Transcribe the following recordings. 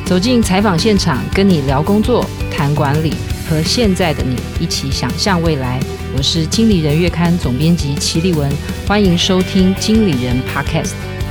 走进采访现场，跟你聊工作、谈管理，和现在的你一起想象未来。我是经理人月刊总编辑齐丽文，欢迎收听经理人 Podcast。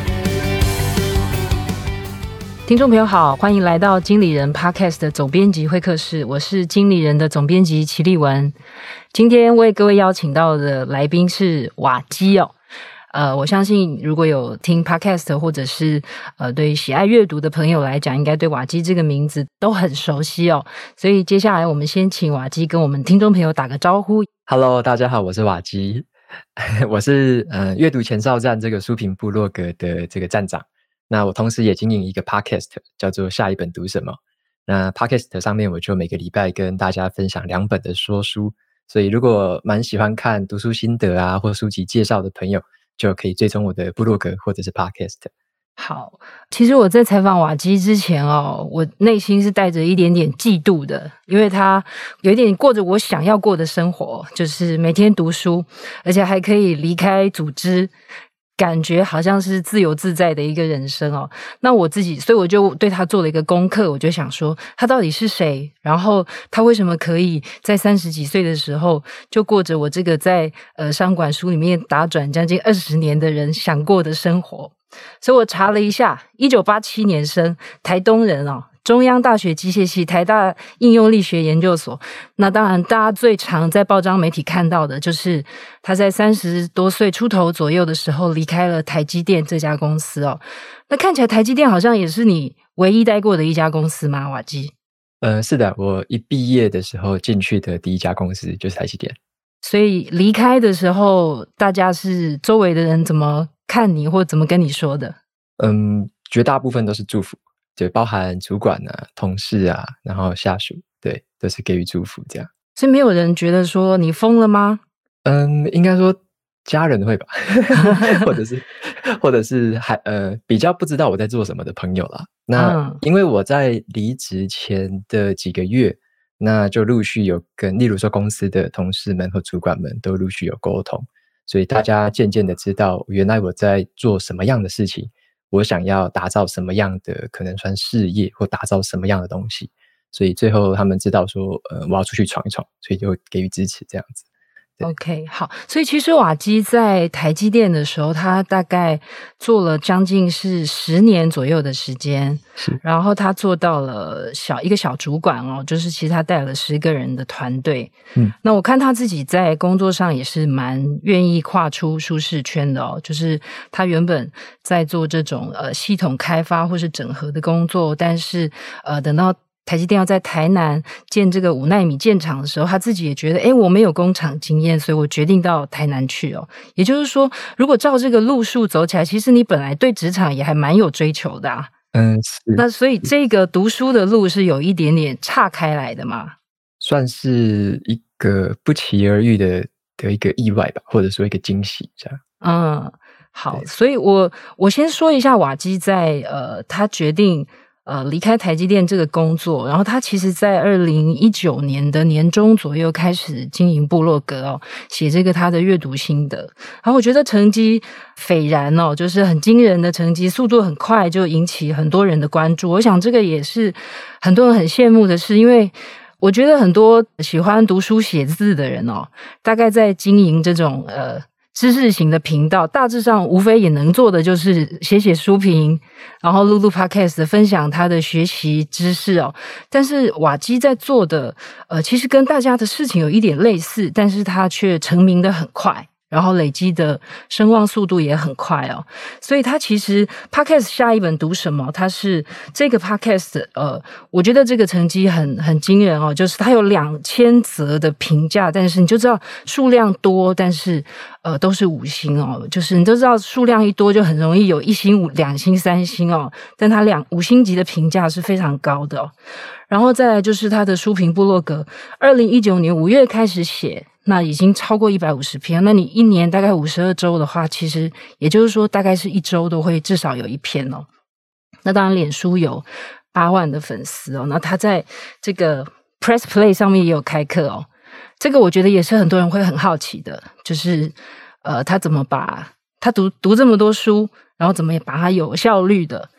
听众朋友好，欢迎来到经理人 Podcast 的总编辑会客室，我是经理人的总编辑齐丽文。今天为各位邀请到的来宾是瓦基哦。我相信如果有听 Podcast 或者是对喜爱阅读的朋友来讲，应该对瓦基这个名字都很熟悉哦。所以接下来我们先请瓦基跟我们听众朋友打个招呼。 Hello， 大家好，我是瓦基，我是阅读前哨站这个书评部落格的这个站长。那我同时也经营一个 Podcast， 叫做下一本读什么。那 Podcast 上面我就每个礼拜跟大家分享2本的说书，所以如果蛮喜欢看读书心得啊或书籍介绍的朋友，就可以追踪我的部落格或者是 Podcast。 好，其实我在采访瓦基之前哦，我内心是带着一点点嫉妒的，因为他有一点过着我想要过的生活，就是每天读书，而且还可以离开组织，感觉好像是自由自在的一个人生哦。那我自己，所以我就对他做了一个功课，我就想说他到底是谁，然后他为什么可以在30几岁的时候就过着我这个在商管书里面打转将近20年的人想过的生活。所以我查了一下，1987年生，台东人哦，中央大学机械系，台大应用力学研究所。那当然大家最常在报章媒体看到的就是他在30多岁出头左右的时候离开了台积电这家公司哦。那看起来台积电好像也是你唯一待过的一家公司吗，瓦基？ 是的，我一毕业的时候进去的第一家公司就是台积电。 所以离开的时候，大家是周围的人怎么看你或怎么跟你说的？ 绝大部分都是祝福，就包含主管啊、同事啊，然后下属，对，都是给予祝福这样。 所以没有人觉得说你疯了吗？ 应该说家人会吧，或者是还比较不知道我在做什么的朋友啦。那因为我在离职前的几个月，那就陆续有跟例如说公司的同事们和主管们都陆续有沟通，所以大家渐渐的知道原来我在做什么样的事情，我想要打造什么样的可能算事业，或打造什么样的东西，所以最后他们知道说我要出去闯一闯，所以就给予支持这样子。 OK， 好，所以其实瓦基在台积电的时候，他大概做了将近是10年左右的时间，然后他做到了一个小主管哦，就是其实他带了10个人的团队。那我看他自己在工作上也是蛮愿意跨出舒适圈的哦，就是他原本在做这种系统开发或是整合的工作，但是等到台积电要在台南建这个5奈米建厂的时候，他自己也觉得我没有工厂经验，所以我决定到台南去哦。也就是说，如果照这个路数走起来，其实你本来对职场也还蛮有追求的啊。那所以这个读书的路是有一点点岔开来的嘛？ 算是一个不期而遇的一个意外吧，或者说一个惊喜这样。 好，所以我先说一下瓦基在他决定离开台积电这个工作，然后他其实在2019年的年中左右开始经营部落格哦，写这个他的阅读心得，然后我觉得成绩斐然哦，就是很惊人的成绩，速度很快，就引起很多人的关注。我想这个也是很多人很羡慕的事，因为我觉得很多喜欢读书写字的人哦，大概在经营这种知识型的频道，大致上无非也能做的就是写书评，然后录 podcast 分享他的学习知识哦。但是瓦基在做的其实跟大家的事情有一点类似，但是他却成名的很快，然后累积的声望速度也很快哦。所以他其实 podcast 下一本读什么，他是这个 podcast 我觉得这个成绩很惊人哦，就是他有2000则的评价，但是你就知道数量多，但是都是5星哦，就是你都知道数量一多就很容易有1星、2星、3星哦，但他5星级的评价是非常高的哦。然后再来就是他的书评部落格，2019年5月开始写，那已经超过150篇，那你一年大概52周的话，其实也就是说大概是1周都会至少有1篇哦。那当然脸书有8万的粉丝哦，那他在这个 Press Play 上面也有开课哦。这个我觉得也是很多人会很好奇的，就是他怎么把他读这么多书，然后怎么也把它有效率的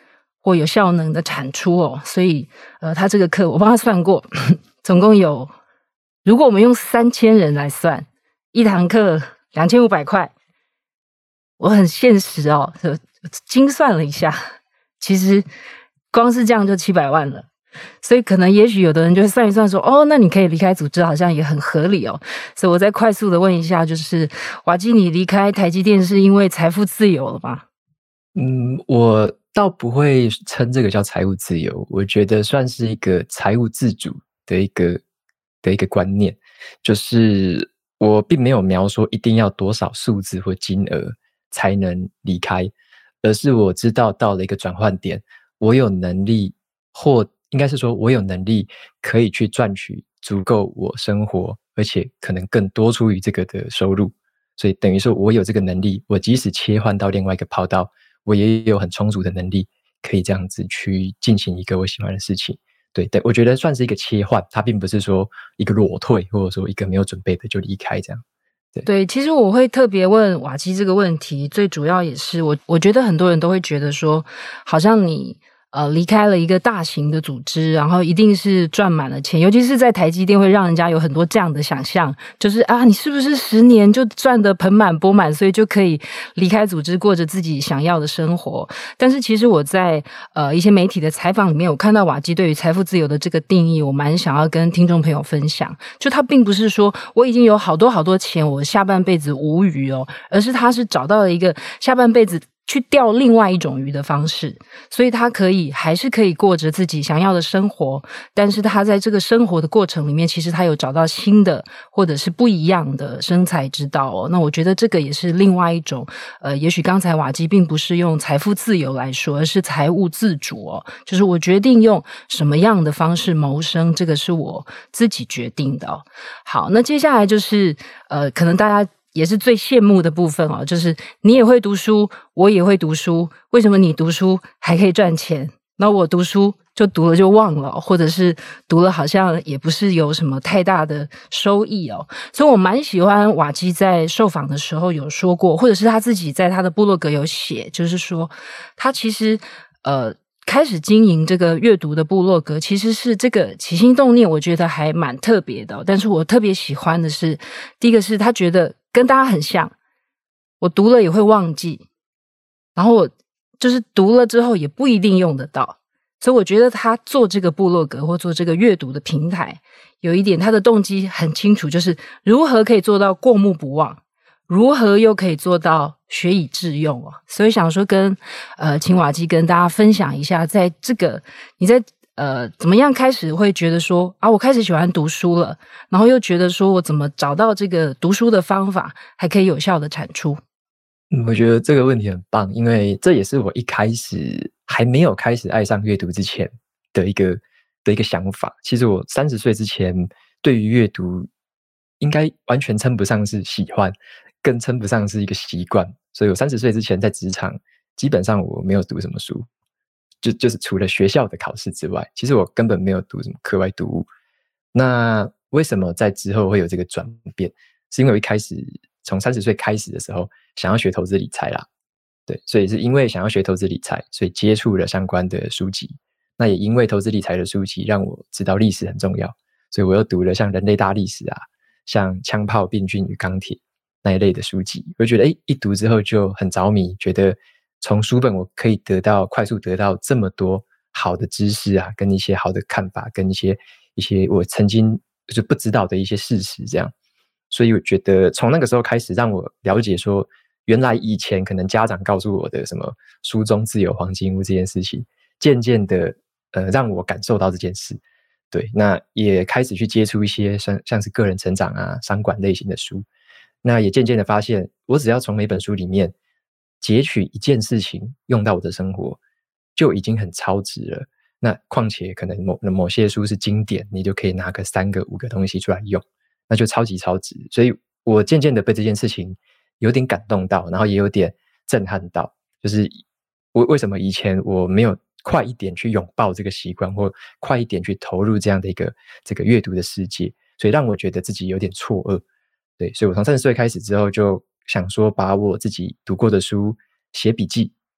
或有效能的产出哦。所以他这个课我帮他算过，总共有，如果我们用3000人来算，一堂课2500块，我很现实哦，精算了一下，其实光是这样就700万了。所以可能也许有的人就会算一算说，哦，那你可以离开组织好像也很合理哦。所以我再快速的问一下，就是瓦基，你离开台积电是因为财富自由了吗？ 我倒不会称这个叫财务自由，我觉得算是一个财务自主的一个观念，就是我并没有描说一定要多少数字或金额才能离开，而是我知道到了一个转换点，我有能力，或应该是说我有能力可以去赚取足够我生活，而且可能更多出于这个的收入，所以等于说我有这个能力，我即使切换到另外一个跑道，我也有很充足的能力可以这样子去进行一个我喜欢的事情。对，我觉得算是一个切换，它并不是说一个裸退，或者说一个没有准备的就离开这样。 对，其实我会特别问瓦基这个问题，最主要也是我觉得很多人都会觉得说，好像你离开了一个大型的组织，然后一定是赚满了钱，尤其是在台积电会让人家有很多这样的想象，就是啊，你是不是10年就赚得盆满钵满，所以就可以离开组织过着自己想要的生活。但是其实我在一些媒体的采访里面，我看到瓦基对于财富自由的这个定义，我蛮想要跟听众朋友分享。就他并不是说我已经有好多钱，我下半辈子无余哦，而是他是找到了一个下半辈子去钓另外一种鱼的方式，所以他还是可以过着自己想要的生活，但是他在这个生活的过程里面，其实他有找到新的或者是不一样的生财之道哦。那我觉得这个也是另外一种也许刚才瓦基并不是用财富自由来说，而是财务自主哦，就是我决定用什么样的方式谋生，这个是我自己决定的哦。好，那接下来就是可能大家也是最羡慕的部分哦，就是你也会读书，我也会读书，为什么你读书还可以赚钱，那我读书就读了就忘了，或者是读了好像也不是有什么太大的收益哦。所以我蛮喜欢瓦基在受访的时候有说过，或者是他自己在他的部落格有写，就是说他其实开始经营这个阅读的部落格，其实是这个起心动念，我觉得还蛮特别的哦。但是我特别喜欢的是，第一个是他觉得跟大家很像，我读了也会忘记，然后我就是读了之后也不一定用得到，所以我觉得他做这个部落格或做这个阅读的平台，有一点他的动机很清楚，就是如何可以做到过目不忘，如何又可以做到学以致用哦。所以想说跟请瓦基跟大家分享一下，在这个你在怎么样开始会觉得说啊，我开始喜欢读书了，然后又觉得说我怎么找到这个读书的方法，还可以有效的产出。 我觉得这个问题很棒，因为这也是我一开始还没有开始爱上阅读之前的一个想法。其实我30岁之前对于阅读应该完全称不上是喜欢，更称不上是一个习惯。所以我30岁之前在职场，基本上我没有读什么书，就是除了学校的考试之外，其实我根本没有读什么课外读物。那为什么在之后会有这个转变？是因为我一开始从30岁开始的时候，想要学投资理财啦。对，所以是因为想要学投资理财，所以接触了相关的书籍。那也因为投资理财的书籍让我知道历史很重要，所以我又读了像人类大历史啊，像枪炮、病菌与钢铁那一类的书籍。我就觉得一读之后就很着迷，觉得从书本我可以快速得到这么多好的知识啊，跟一些好的看法，跟一些我曾经就不知道的一些事实这样。所以我觉得从那个时候开始，让我了解说，原来以前可能家长告诉我的什么书中自有黄金屋这件事情，渐渐的让我感受到这件事。对，那也开始去接触一些像是个人成长啊、商管类型的书。那也渐渐的发现，我只要从每本书里面截取一件事情用到我的生活，就已经很超值了。那况且可能某些书是经典，你就可以拿个3个5个东西出来用，那就超级超值。所以我渐渐的被这件事情有点感动到，然后也有点震撼到，就是为什么以前我没有快一点去拥抱这个习惯，或快一点去投入这样的这个阅读的世界，所以让我觉得自己有点错愕。对，所以我从30岁开始之后，就想说把我自己读过的书写笔记，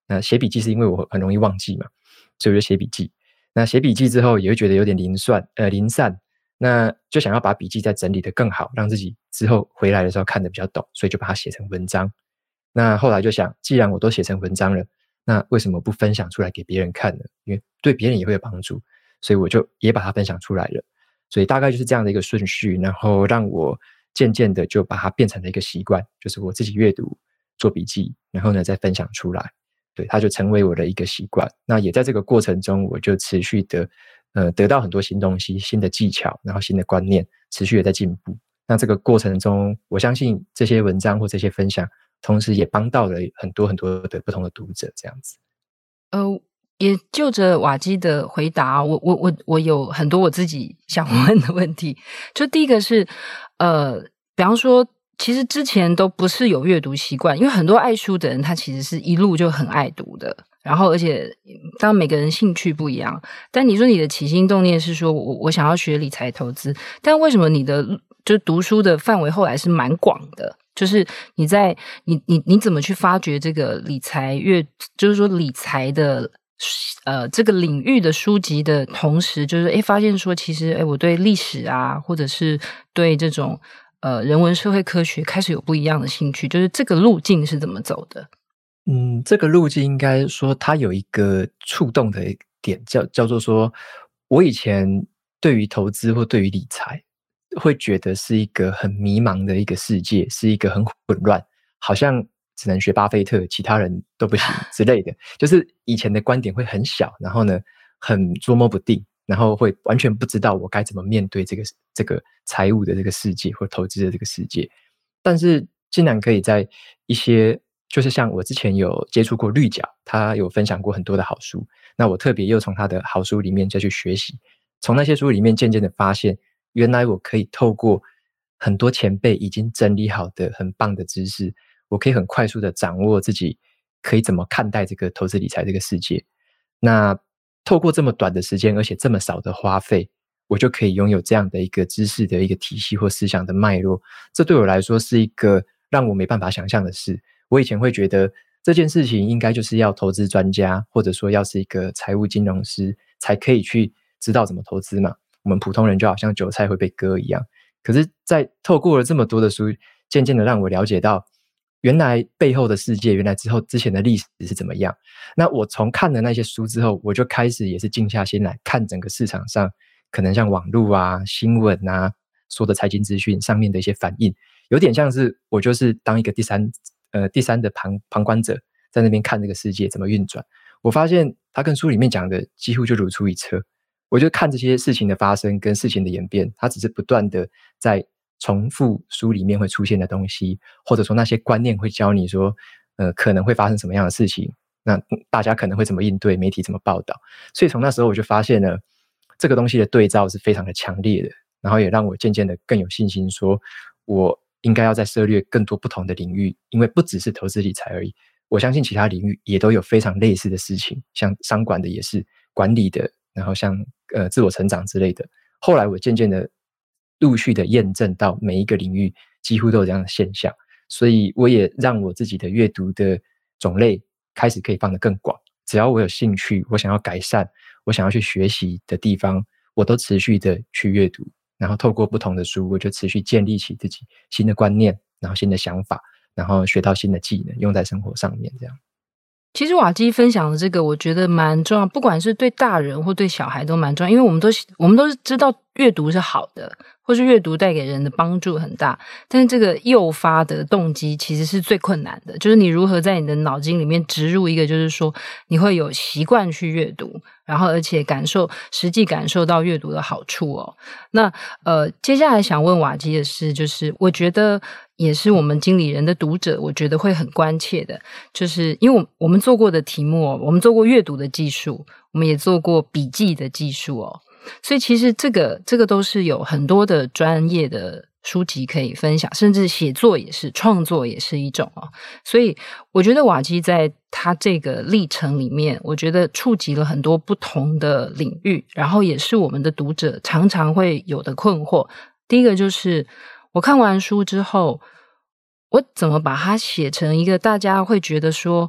那写笔记是因为我很容易忘记嘛，所以我就写笔记。那写笔记之后也会觉得有点零散，那就想要把笔记再整理得更好，让自己之后回来的时候看得比较懂，所以就把它写成文章。那后来就想，既然我都写成文章了，那为什么不分享出来给别人看呢？因为对别人也会有帮助，所以我就也把它分享出来了。所以大概就是这样的一个顺序，然后让我渐渐的就把它变成了一个习惯，就是我自己阅读、做笔记，然后呢再分享出来。对，它就成为我的一个习惯。那也在这个过程中，我就持续的得到很多新东西、新的技巧，然后新的观念，持续的在进步。那这个过程中，我相信这些文章或这些分享，同时也帮到了很多很多的不同的读者，这样子。 也就着瓦基的回答，我有很多我自己想问的问题。就第一个是，比方说，其实之前都不是有阅读习惯，因为很多爱书的人，他其实是一路就很爱读的。然后，而且当然每个人兴趣不一样，但你说你的起心动念是说我想要学理财投资，但为什么你的就读书的范围后来是蛮广的？就是你怎么去发掘这个理财就是说理财的这个领域的书籍的同时，就是发现说其实我对历史啊，或者是对这种人文社会科学开始有不一样的兴趣，就是这个路径是怎么走的？ 这个路径应该说它有一个触动的点，叫做说，我以前对于投资或对于理财，会觉得是一个很迷茫的一个世界，是一个很混乱，好像只能学巴菲特，其他人都不行之类的。就是以前的观点会很小，然后呢，很捉摸不定，然后会完全不知道我该怎么面对这个财务的这个世界或投资的这个世界。但是竟然可以在一些就是像我之前有接触过绿角，他有分享过很多的好书，那我特别又从他的好书里面再去学习，从那些书里面渐渐的发现，原来我可以透过很多前辈已经整理好的很棒的知识，我可以很快速的掌握自己可以怎么看待这个投资理财这个世界。那透过这么短的时间，而且这么少的花费，我就可以拥有这样的一个知识的一个体系或思想的脉络，这对我来说是一个让我没办法想象的事。我以前会觉得这件事情应该就是要投资专家，或者说要是一个财务金融师才可以去知道怎么投资嘛。我们普通人就好像韭菜会被割一样。可是在透过了这么多的书，渐渐的让我了解到，原来背后的世界，原来之前的历史是怎么样。那我从看了那些书之后，我就开始也是静下心来看整个市场上，可能像网络啊、新闻啊、说的财经资讯上面的一些反应，有点像是我就是当一个第三的旁观者，在那边看这个世界怎么运转。我发现他跟书里面讲的几乎就如出一辙。我就看这些事情的发生跟事情的演变，它只是不断的在重复书里面会出现的东西，或者说那些观念会教你说，可能会发生什么样的事情，那大家可能会怎么应对，媒体怎么报道。所以从那时候我就发现了这个东西的对照是非常的强烈的，然后也让我渐渐的更有信心说，我应该要再涉猎更多不同的领域，因为不只是投资理财而已，我相信其他领域也都有非常类似的事情，像商管的也是，管理的，然后像自我成长之类的。后来我渐渐的陆续的验证到每一个领域几乎都有这样的现象，所以我也让我自己的阅读的种类开始可以放得更广。只要我有兴趣，我想要改善，我想要去学习的地方，我都持续的去阅读，然后透过不同的书，我就持续建立起自己新的观念，然后新的想法，然后学到新的技能，用在生活上面这样。 其实瓦基分享的这个，我觉得蛮重要，不管是对大人或对小孩都蛮重要，因为我们都是知道阅读是好的，或是阅读带给人的帮助很大，但是这个诱发的动机其实是最困难的，就是你如何在你的脑筋里面植入一个，就是说你会有习惯去阅读，然后而且实际感受到阅读的好处哦。那接下来想问瓦基的是，就是我觉得也是我们经理人的读者，我觉得会很关切的，就是因为我们做过的题目我们做过阅读的技术，我们也做过笔记的技术哦，所以其实这个都是有很多的专业的书籍可以分享，甚至写作也是，创作也是一种哦。所以我觉得瓦基在他这个历程里面，我觉得触及了很多不同的领域，然后也是我们的读者常常会有的困惑。第一个就是我看完书之后，我怎么把它写成一个大家会觉得说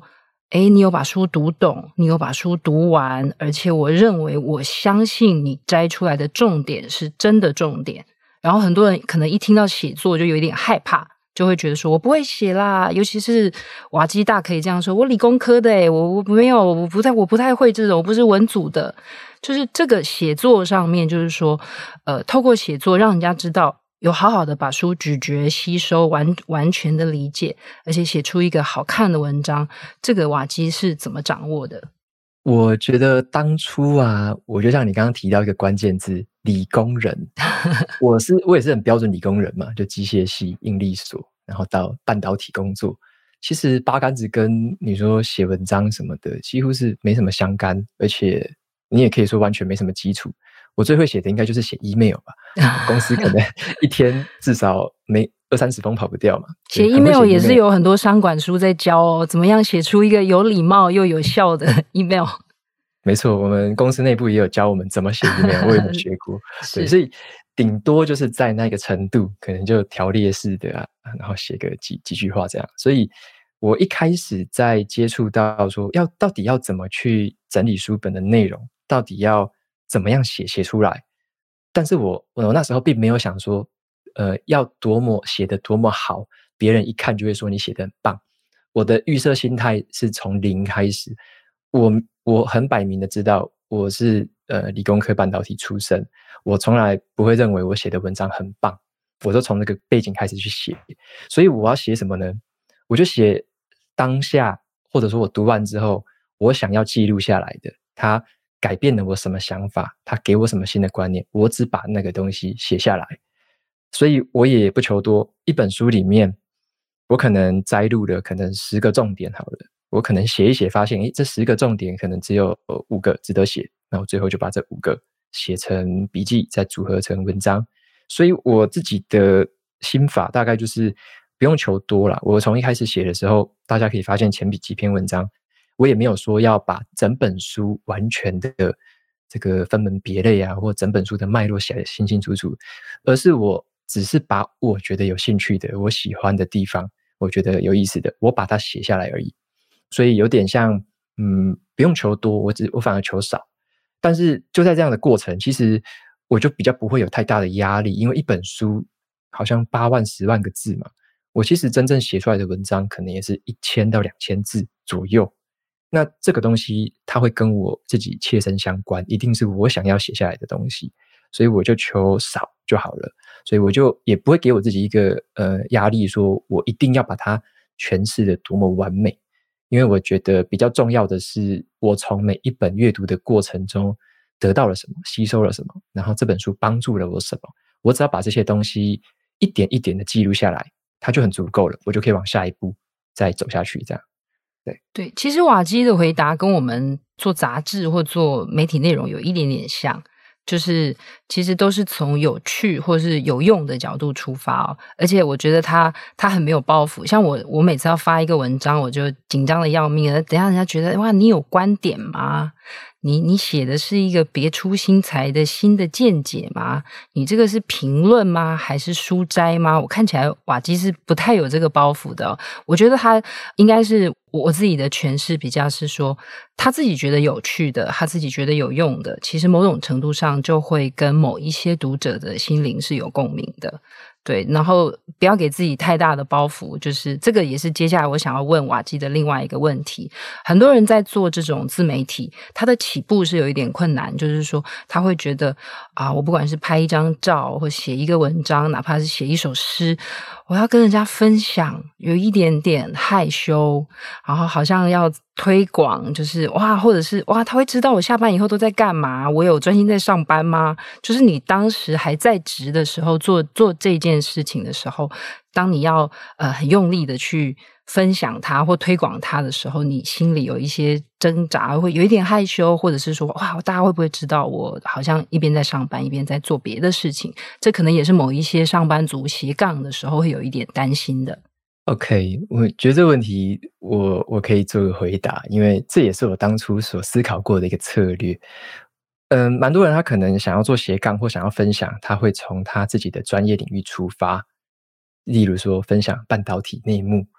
你有把书读懂，你有把书读完，而且我认为我相信你摘出来的重点是真的重点。然后很多人可能一听到写作就有一点害怕，就会觉得说我不会写啦，尤其是瓦基大可以这样说，我理工科的我没有，我不太会这种，我不是文组的。就是这个写作上面，就是说透过写作让人家知道有好好的把书咀嚼吸收，完全的理解，而且写出一个好看的文章，这个瓦基是怎么掌握的？ 我觉得当初啊，我就像你刚刚提到一个关键字，理工人。我也是很标准理工人嘛，就机械系、应力所，然后到半导体工作。其实八竿子跟你说写文章什么的，几乎是没什么相干，而且你也可以说完全没什么基础。我最会写的应该就是写 email 吧，公司可能一天至少没20-30封跑不掉嘛。 写 email 也是有很多商管书在教哦，怎么样写出一个有礼貌又有效的 email。 没错，我们公司内部也有教我们怎么写 email， 我也有学过。对，所以顶多就是在那个程度，可能就条列式的啊，然后写个几句话这样。所以我一开始在接触到说到底要怎么去整理书本的内容，到底要怎么样写出来，但是我那时候并没有想说，要写得多么好，别人一看就会说你写得很棒。我的预设心态是从零开始，我很摆明的知道我是理工科半导体出身，我从来不会认为我写的文章很棒，我都从那个背景开始去写。所以我要写什么呢？我就写当下，或者说我读完之后，我想要记录下来的，它改变了我什么想法，它给我什么新的观念，我只把那个东西写下来。所以我也不求多，一本书里面，我可能摘录了可能10个重点好了，我可能写一写发现，这10个重点可能只有5个值得写，那我最后就把这5个写成笔记，再组合成文章。所以我自己的心法大概就是不用求多啦，我从一开始写的时候，大家可以发现前几篇文章，我也没有说要把整本书完全的这个分门别类啊，或整本书的脉络写得清清楚楚，而是我只是把我觉得有兴趣的，我喜欢的地方，我觉得有意思的，我把它写下来而已。所以有点像不用求多，我反而求少。但是就在这样的过程，其实我就比较不会有太大的压力，因为一本书好像8万10万个字嘛，我其实真正写出来的文章可能也是1000到2000字左右。那这个东西它会跟我自己切身相关，一定是我想要写下来的东西，所以我就求少就好了。所以我就也不会给我自己一个压力，说我一定要把它诠释的多么完美。因为我觉得比较重要的是，我从每一本阅读的过程中得到了什么，吸收了什么，然后这本书帮助了我什么，我只要把这些东西一点一点的记录下来，它就很足够了，我就可以往下一步再走下去这样。 对，其实瓦基的回答跟我们做杂志或做媒体内容有一点点像，就是其实都是从有趣或是有用的角度出发哦。而且我觉得他很没有包袱，像我每次要发一个文章，我就紧张的要命了，等一下人家觉得哇，你有观点吗？你写的是一个别出心裁的新的见解吗？你这个是评论吗？还是书摘吗？我看起来瓦基是不太有这个包袱的哦。我觉得他应该是我自己的诠释比较是说，他自己觉得有趣的，他自己觉得有用的，其实某种程度上就会跟某一些读者的心灵是有共鸣的。对，然后不要给自己太大的包袱，就是这个也是接下来我想要问瓦基的另外一个问题。很多人在做这种自媒体，他的起步是有一点困难，就是说他会觉得我不管是拍一张照或写一个文章，哪怕是写一首诗，我要跟人家分享，有一点点害羞，然后好像要推广，就是或者是他会知道我下班以后都在干嘛，我有专心在上班吗？就是你当时还在职的时候做这件事情的时候，当你要很用力的去分享它或推广它的时候，你心里有一些挣扎，会有一点害羞，或者是说大家会不会知道我好像一边在上班一边在做别的事情？这可能也是某一些上班族斜杠的时候会有一点担心的。 OK，我觉得这个问题我可以做个回答，因为这也是我当初所思考过的一个策略。蛮多人他可能想要做斜杠或想要分享，他会从他自己的专业领域出发，例如说分享半导体内幕，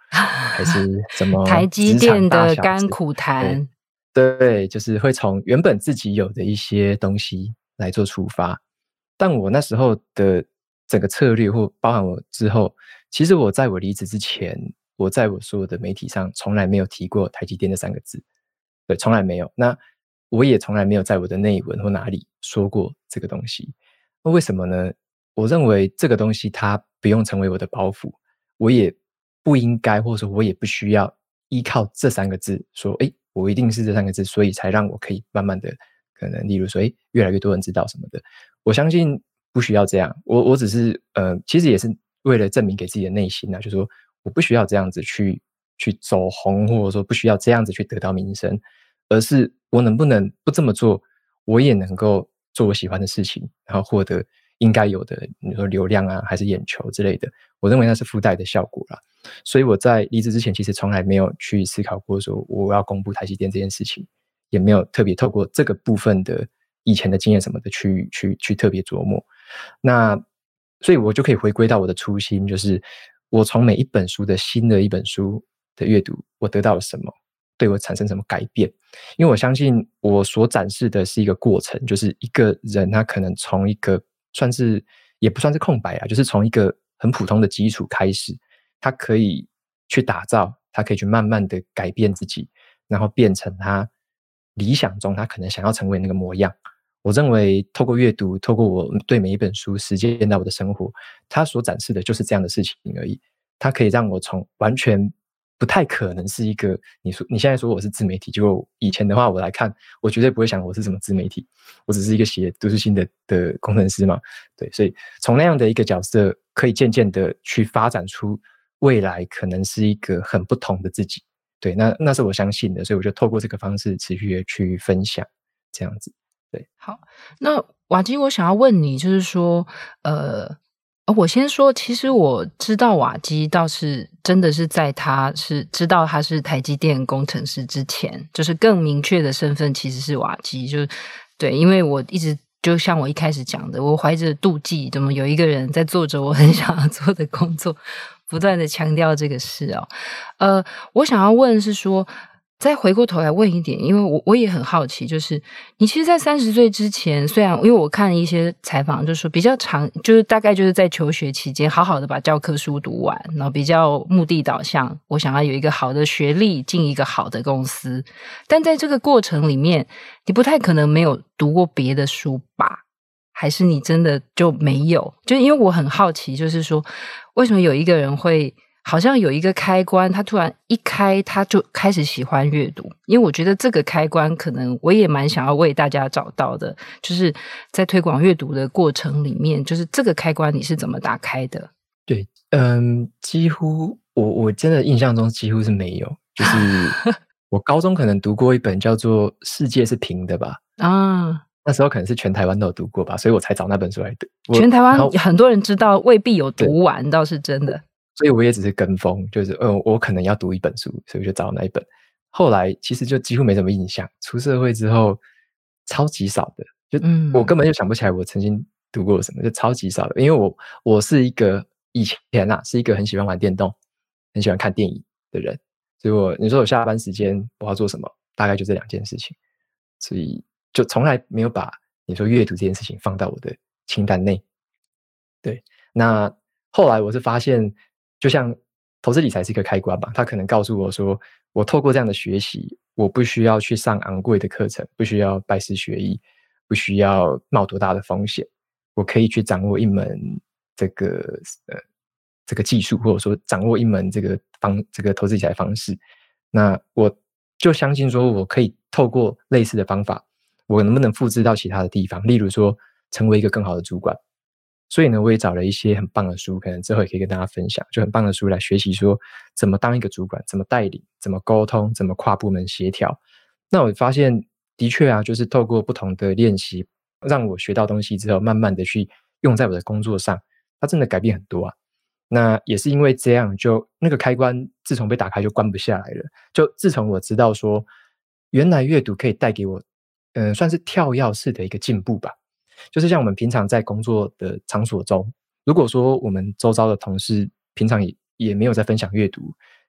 还是什么台积职场电的大小事， 甘苦谈。 对，就是会从原本自己有的一些东西来做出发。但我那时候的整个策略或包含我之后，其实我在我离职之前，我在我所有的媒体上从来没有提过台积电这3个字，对，从来没有。那我也从来没有在我的内文或哪里说过这个东西。那为什么呢？我认为这个东西它不用成为我的包袱，我也不应该，或者说我也不需要依靠这3个字说，我一定是这3个字，所以才让我可以慢慢的，可能例如说，越来越多人知道什么的。我相信不需要这样，我只是其实也是为了证明给自己的内心啊，就是说我不需要这样子去走红，或者说不需要这样子去得到名声，而是我能不能不这么做，我也能够做我喜欢的事情，然后获得应该有的，你说流量啊，还是眼球之类的，我认为那是附带的效果啦。所以我在离职之前，其实从来没有去思考过说我要公布台积电这件事情，也没有特别透过这个部分的以前的经验什么的去特别琢磨。那所以我就可以回归到我的初心，就是我从每一本书的新的一本书的阅读，我得到了什么，对我产生什么改变。因为我相信我所展示的是一个过程，就是一个人他可能从一个也不算是空白啊，就是从一个很普通的基础开始，他可以去打造，他可以去慢慢的改变自己，然后变成他理想中他可能想要成为那个模样。我认为透过阅读，透过我对每一本书实践到我的生活，它所展示的就是这样的事情而已。它可以让我从完全不太可能是一个你现在说我是自媒体，结果以前的话我来看，我绝对不会想我是什么自媒体，我只是一个写读书心的工程师嘛。对，所以从那样的一个角色，可以渐渐的去发展出未来可能是一个很不同的自己。对，那是我相信的，所以我就透过这个方式持续的去分享，这样子。对， 好，那瓦基，我想要问你，就是说，我先说，其实我知道瓦基倒是真的是在他是知道他是台积电工程师之前，就是更明确的身份其实是瓦基，就是对，因为我一直就像我一开始讲的，我怀着妒忌，怎么有一个人在做着我很想要做的工作，不断的强调这个事哦。我想要问是说，再回过头来问一点，因为我也很好奇，就是你其实在30岁之前，虽然因为我看一些采访就说比较长，就是大概就是在求学期间好好的把教科书读完，然后比较目的导向，我想要有一个好的学历，进一个好的公司。但在这个过程里面，你不太可能没有读过别的书吧？还是你真的就没有？就因为我很好奇，就是说为什么有一个人会好像有一个开关，他突然一开他就开始喜欢阅读。因为我觉得这个开关可能我也蛮想要为大家找到的，就是在推广阅读的过程里面，就是这个开关你是怎么打开的？ 对，几乎我真的印象中几乎是没有，就是我高中可能读过一本叫做《世界是平的》吧， 啊， 那时候可能是全台湾都有读过吧，所以我才找那本书来读。 全台湾然后很多人知道，未必有读完，倒是真的。 所以我也只是跟风，就是我可能要读一本书，所以我就找那一本。后来其实就几乎没什么印象，出社会之后超级少的，就我根本就想不起来我曾经读过什么，就超级少的。因为我是一个以前啊是一个很喜欢玩电动、很喜欢看电影的人，所以你说我下班时间我要做什么，大概就这2件事情，所以就从来没有把你说阅读这件事情放到我的清单内。对，那后来我是发现，就像投资理财是一个开关吧，它可能告诉我说，我透过这样的学习，我不需要去上昂贵的课程，不需要拜师学艺，不需要冒多大的风险，我可以去掌握一门这个这个技术，或者说掌握一门这个投资理财方式。那我就相信说，我可以透过类似的方法，我能不能复制到其他的地方？例如说，成为一个更好的主管。所以呢，我也找了一些很棒的书，可能之后也可以跟大家分享，就很棒的书来学习说怎么当一个主管，怎么带领，怎么沟通，怎么跨部门协调。那我发现的确啊，就是透过不同的练习，让我学到东西之后，慢慢的去用在我的工作上，它真的改变很多啊。那也是因为这样，就那个开关自从被打开就关不下来了。就自从我知道说，原来阅读可以带给我，算是跳跃式的一个进步吧。就是像我们平常在工作的场所中，如果说我们周遭的同事平常也没有在分享阅读，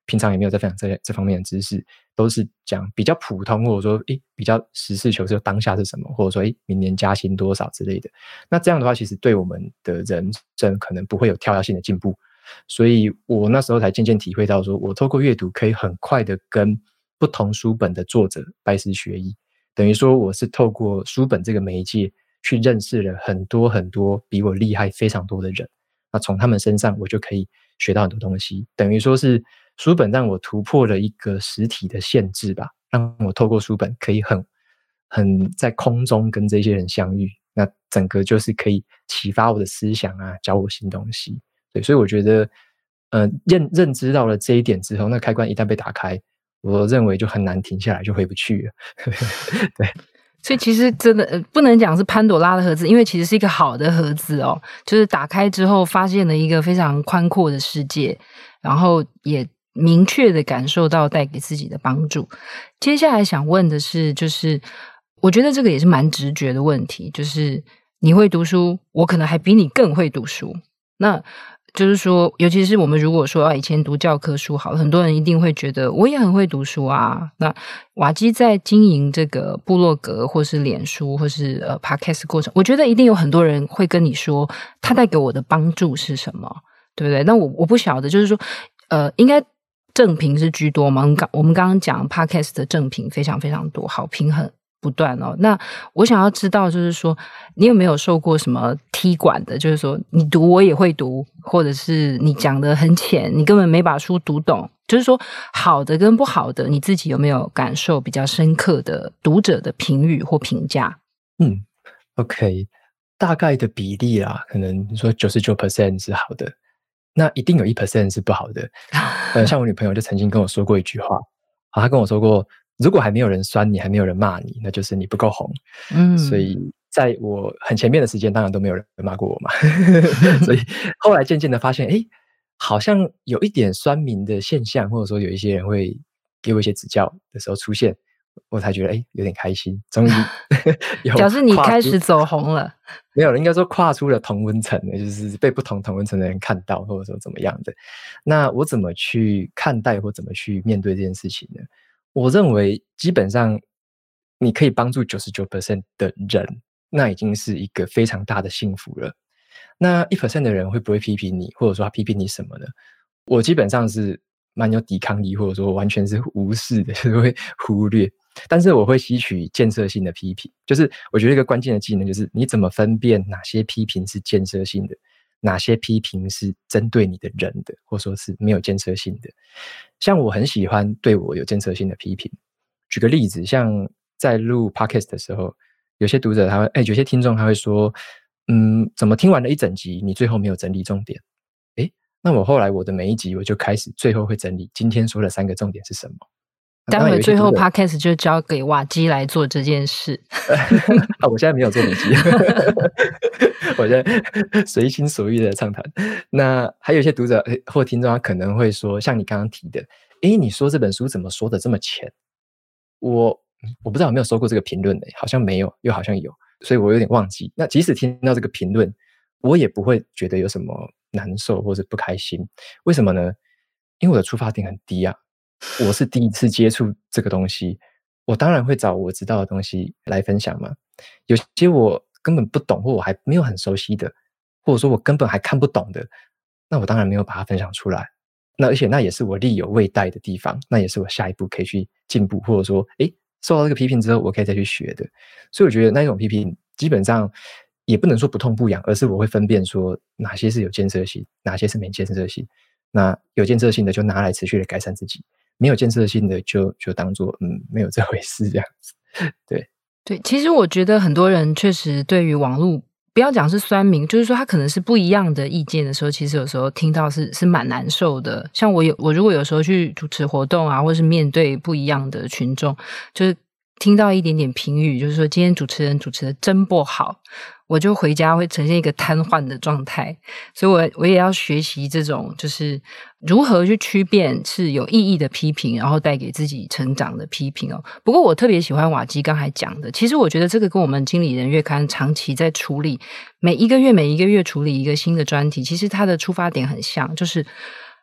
平常也没有在分享这方面的知识，都是讲比较普通，或者说比较实事求是，当下是什么，或者说明年加薪多少之类的。那这样的话，其实对我们的人生可能不会有跳跃性的进步。所以我那时候才渐渐体会到说，我透过阅读可以很快的跟不同书本的作者拜师学艺，等于说我是透过书本这个媒介去认识了很多很多比我厉害非常多的人，那从他们身上我就可以学到很多东西，等于说是书本让我突破了一个实体的限制吧，让我透过书本可以很在空中跟这些人相遇，那整个就是可以启发我的思想啊，教我新东西。对，所以我觉得认知到了这一点之后，那开关一旦被打开，我认为就很难停下来，就回不去了。对， 所以其实真的不能讲是潘朵拉的盒子，因为其实是一个好的盒子哦，就是打开之后发现了一个非常宽阔的世界，然后也明确的感受到带给自己的帮助。接下来想问的是，就是我觉得这个也是蛮直觉的问题，就是你会读书，我可能还比你更会读书，那就是说，尤其是我们如果说以前读教科书好了，很多人一定会觉得我也很会读书啊。那瓦基在经营这个部落格或是脸书或是podcast 过程，我觉得一定有很多人会跟你说他带给我的帮助是什么，对不对？那我不晓得，就是说应该正评是居多嘛？我们刚刚讲 podcast 的正评非常非常多，好评很不断哦。那我想要知道，就是说你有没有受过什么踢馆的？就是说你读我也会读，或者是你讲得很浅，你根本没把书读懂。就是说好的跟不好的，你自己有没有感受比较深刻的读者的评语或评价 ？OK， 大概的比例啦，可能你说 99% 是好的，那一定有1% 是不好的。像我女朋友就曾经跟我说过一句话，她跟我说过，如果还没有人酸你，还没有人骂你，那就是你不够红。所以在我很前面的时间，当然都没有人骂过我嘛。所以后来渐渐的发现，好像有一点酸民的现象，或者说有一些人会给我一些指教的时候出现，我才觉得有点开心，终于表示你开始走红了。 没有，应该说跨出了同温层的，就是被不同同温层的人看到，或者说怎么样的。那我怎么去看待或怎么去面对这件事情呢？我认为基本上你可以帮助 99% 的人，那已经是一个非常大的幸福了。那 1% 的人会不会批评你，或者说他批评你什么呢？我基本上是蛮有抵抗力，或者说完全是无视的，就是会忽略。但是我会吸取建设性的批评，就是我觉得一个关键的技能就是你怎么分辨哪些批评是建设性的，哪些批评是针对你的人的，或者说是没有建设性的。像我很喜欢对我有建设性的批评。举个例子，像在录 podcast 的时候，有些读者他会，有些听众他会说，怎么听完了一整集，你最后没有整理重点？那我后来我的每一集我就开始最后会整理今天说的3个重点是什么。 待会最后 podcast 就交给瓦基来做这件事。 我现在没有做笔记，我现在随心所欲的畅谈。那还有一些读者或听众他可能会说，像你刚刚提的，你说这本书怎么说的这么浅？我不知道有没有收过这个评论，好像没有，又好像有，所以我有点忘记。那即使听到这个评论，我也不会觉得有什么难受或者不开心。为什么呢？因为我的出发点很低啊，我是第一次接触这个东西，我当然会找我知道的东西来分享嘛。有些我根本不懂，或我还没有很熟悉的，或者说我根本还看不懂的，那我当然没有把它分享出来。那而且那也是我力有未逮的地方，那也是我下一步可以去进步，或者说受到这个批评之后我可以再去学的。所以我觉得那种批评基本上也不能说不痛不痒，而是我会分辨说哪些是有建设性，哪些是没建设性。那有建设性的就拿来持续的改善自己，没有建设性的就当作没有这回事这样子。对， 其实我觉得很多人确实对于网络，不要讲是酸民，就是说他可能是不一样的意见的时候，其实有时候听到是蛮难受的。像我如果有时候去主持活动啊，或是面对不一样的群众，就是听到一点点评语，就是说今天主持人主持的真不好，我就回家会呈现一个瘫痪的状态。所以我也要学习这种就是如何去区辨是有意义的批评，然后带给自己成长的批评哦。不过我特别喜欢瓦基刚才讲的，其实我觉得这个跟我们经理人月刊长期在处理每一个月处理一个新的专题，其实它的出发点很像，就是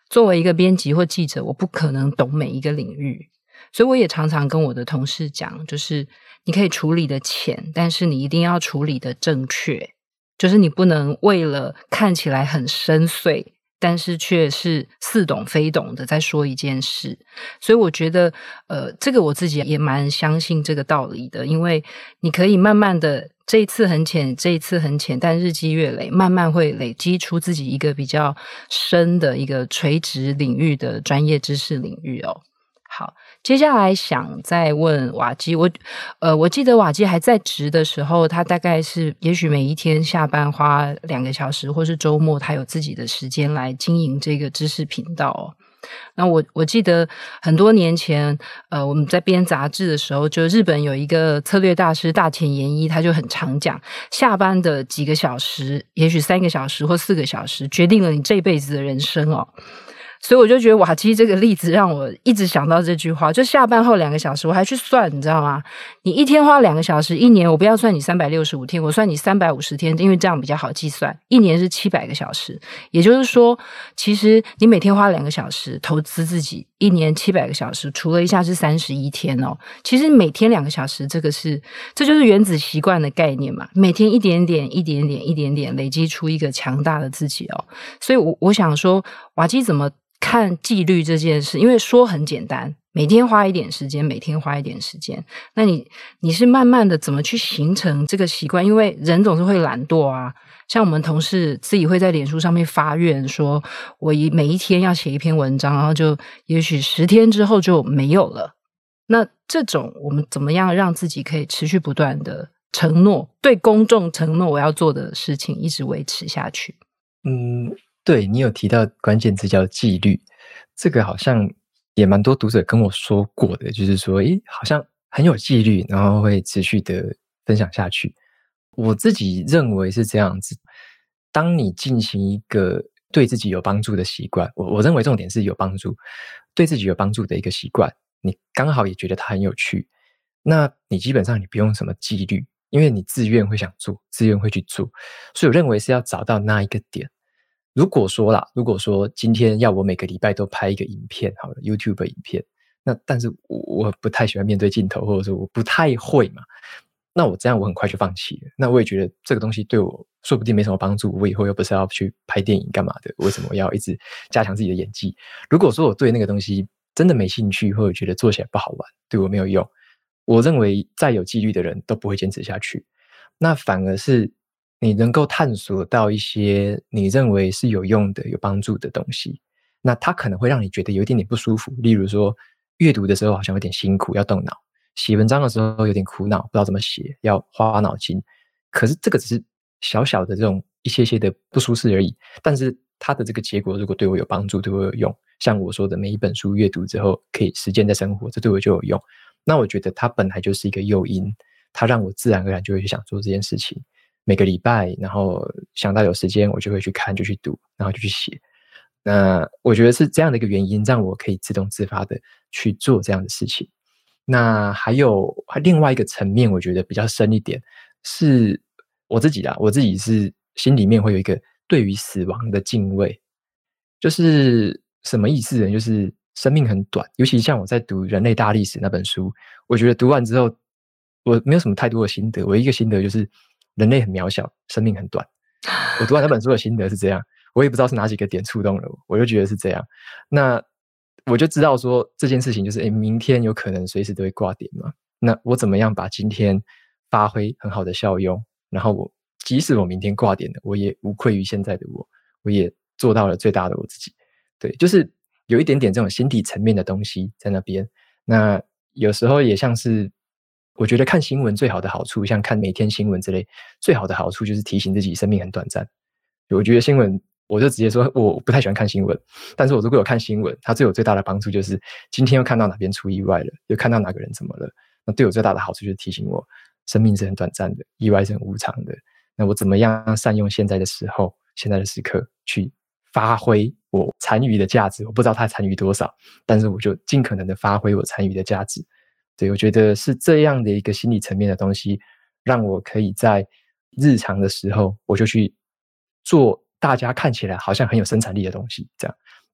作为一个编辑或记者，我不可能懂每一个领域，所以我也常常跟我的同事讲，就是你可以处理的浅，但是你一定要处理的正确，就是你不能为了看起来很深邃，但是却是似懂非懂的在说一件事。所以我觉得这个我自己也蛮相信这个道理的，因为你可以慢慢的这一次很浅，这一次很浅，但日积月累，慢慢会累积出自己一个比较深的一个垂直领域的专业知识领域哦。好，接下来想再问瓦基，我记得瓦基还在职的时候，他大概是也许每一天下班花2个小时，或是周末他有自己的时间来经营这个知识频道哦。那我记得很多年前，我们在编杂志的时候，就日本有一个策略大师大前研一，他就很常讲，下班的几个小时，也许3个小时或4个小时，决定了你这辈子的人生哦。所以我就觉得瓦基这个例子让我一直想到这句话，就下班后2个小时，我还去算，你知道吗？你一天花2个小时，一年我不要算你365天，我算你350天，因为这样比较好计算，一年是700个小时。也就是说，其实你每天花2个小时投资自己，一年700个小时，除了一下是31天哦。其实每天2个小时，这就是原子习惯的概念嘛，每天一点点、一点点、一点点累积出一个强大的自己哦。所以我想说，瓦基怎么看纪律这件事？因为说很简单，每天花一点时间，每天花一点时间。那你是慢慢的怎么去形成这个习惯？因为人总是会懒惰啊。像我们同事自己会在脸书上面发愿说，我每一天要写一篇文章，然后就也许10天之后就没有了。那这种我们怎么样让自己可以持续不断的承诺，对公众承诺我要做的事情一直维持下去？ 对，你有提到关键词叫纪律，这个好像也蛮多读者跟我说过的，就是说，好像很有纪律，然后会持续的分享下去。我自己认为是这样子，当你进行一个对自己有帮助的习惯，我认为重点是有帮助，对自己有帮助的一个习惯，你刚好也觉得它很有趣，那你基本上你不用什么纪律，因为你自愿会想做，自愿会去做，所以我认为是要找到那一个点。如果说今天要我每个礼拜都拍一个影片，好了 ，YouTube 影片，但是我不太喜欢面对镜头，或者说我不太会嘛，那我这样我很快就放弃了。那我也觉得这个东西对我说不定没什么帮助，我以后又不是要去拍电影干嘛的，为什么要一直加强自己的演技？如果说我对那个东西真的没兴趣，或者觉得做起来不好玩，对我没有用，我认为再有纪律的人都不会坚持下去。那反而是你能够探索到一些你认为是有用的、有帮助的东西，那它可能会让你觉得有一点点不舒服。例如说，阅读的时候好像有点辛苦，要动脑；写文章的时候有点苦恼，不知道怎么写，要花脑筋。可是这个只是小小的这种一些些的不舒适而已，但是它的这个结果如果对我有帮助，对我有用，像我说的每一本书阅读之后可以实践在生活，这对我就有用。那我觉得它本来就是一个诱因，它让我自然而然就会去想做这件事情。每个礼拜，然后想到有时间，我就会去看，就去读，然后就去写。那我觉得是这样的一个原因，让我可以自动自发的去做这样的事情。那还有另外一个层面，我觉得比较深一点，是我自己是心里面会有一个对于死亡的敬畏。就是什么意思呢？就是生命很短，尤其像我在读《人类大历史》那本书，我觉得读完之后，我没有什么太多的心得。唯一一个心得就是人类很渺小，生命很短。我读完那本书的心得是这样，我也不知道是哪几个点触动了我，我就觉得是这样。那我就知道说这件事情就是，明天有可能随时都会挂点嘛。那我怎么样把今天发挥很好的效用，然后即使我明天挂点了，我也无愧于现在的我，我也做到了最大的我自己。对，就是有一点点这种心理层面的东西在那边。那有时候也像是，我觉得看新闻最好的好处，像看每天新闻之类，最好的好处就是提醒自己生命很短暂。我觉得新闻，我就直接说我不太喜欢看新闻，但是我如果有看新闻，它对我最大的帮助就是今天又看到哪边出意外了，又看到哪个人怎么了，那对我最大的好处就是提醒我生命是很短暂的，意外是很无常的。那我怎么样善用现在的时候，现在的时刻去发挥我参与的价值？我不知道他参与多少，但是我就尽可能的发挥我参与的价值。对，我觉得是这样的一个心理层面的东西，让我可以在日常的时候，我就去做大家看起来好像很有生产力的东西，这样。